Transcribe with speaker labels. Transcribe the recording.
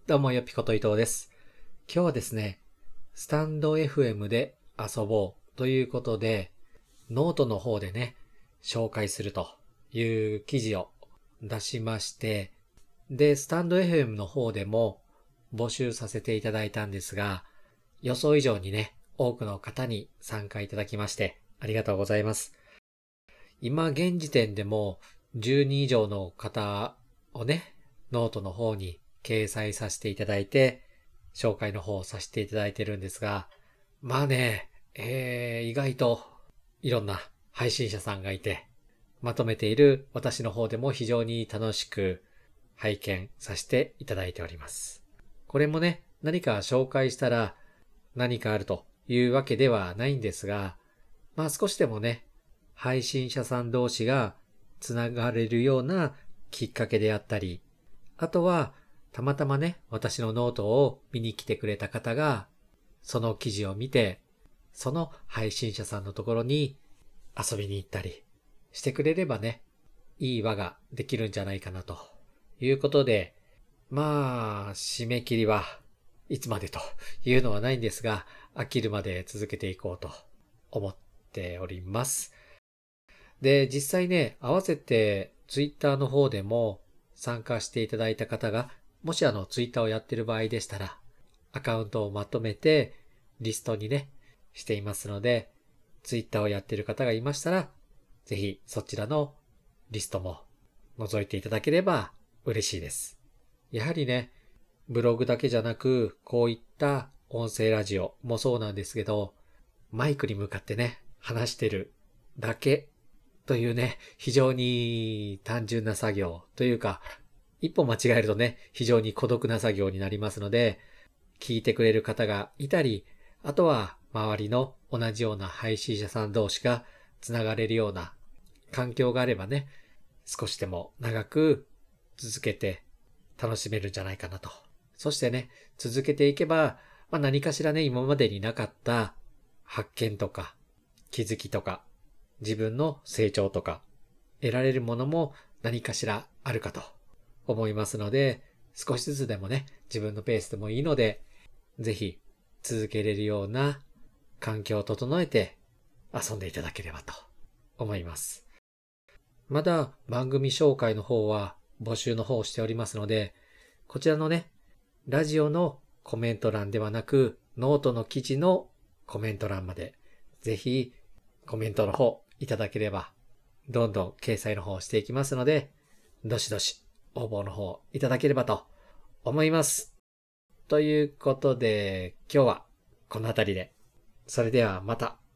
Speaker 1: どうもよっぴこと伊藤です。今日はですね、スタンド FM で遊ぼうということで、ノートの方でね、紹介するという記事を出しまして、で、スタンド FM の方でも募集させていただいたんですが、予想以上にね、多くの方に参加いただきましてありがとうございます。今現時点でも10人以上の方をね、ノートの方に掲載させていただいて、紹介の方をさせていただいてるんですが、まあね、意外といろんな配信者さんがいて、まとめている私の方でも非常に楽しく拝見させていただいております。これもね、何か紹介したら何かあるというわけではないんですが、まあ少しでもね、配信者さん同士がつながれるようなきっかけであったり、あとはたまたまね、私のノートを見に来てくれた方が、その記事を見て、その配信者さんのところに遊びに行ったりしてくれればね、いい輪ができるんじゃないかなということで、まあ、締め切りはいつまでというのはないんですが、飽きるまで続けていこうと思っております。で、実際ね、合わせてツイッターの方でも参加していただいた方が、もしツイッターをやってる場合でしたら、アカウントをまとめてリストにね、していますので、ツイッターをやってる方がいましたら、ぜひそちらのリストも覗いていただければ嬉しいです。やはりね、ブログだけじゃなく、こういった音声ラジオもそうなんですけど、マイクに向かってね、話してるだけというね、非常に単純な作業というか、一歩間違えるとね、非常に孤独な作業になりますので、聞いてくれる方がいたり、あとは周りの同じような配信者さん同士がつながれるような環境があればね、少しでも長く続けて楽しめるんじゃないかなと。そしてね、続けていけば、何かしらね、今までになかった発見とか気づきとか自分の成長とか得られるものも何かしらあるかと思いますので、少しずつでもね、自分のペースでもいいので、ぜひ続けれるような環境を整えて遊んでいただければと思います。まだ番組紹介の方は募集の方をしておりますので、こちらのね、ラジオのコメント欄ではなく、ノートの記事のコメント欄まで、ぜひコメントの方いただければ、どんどん掲載の方をしていきますので、どしどし応募の方いただければと思います。ということで、今日はこの辺りで。それではまた。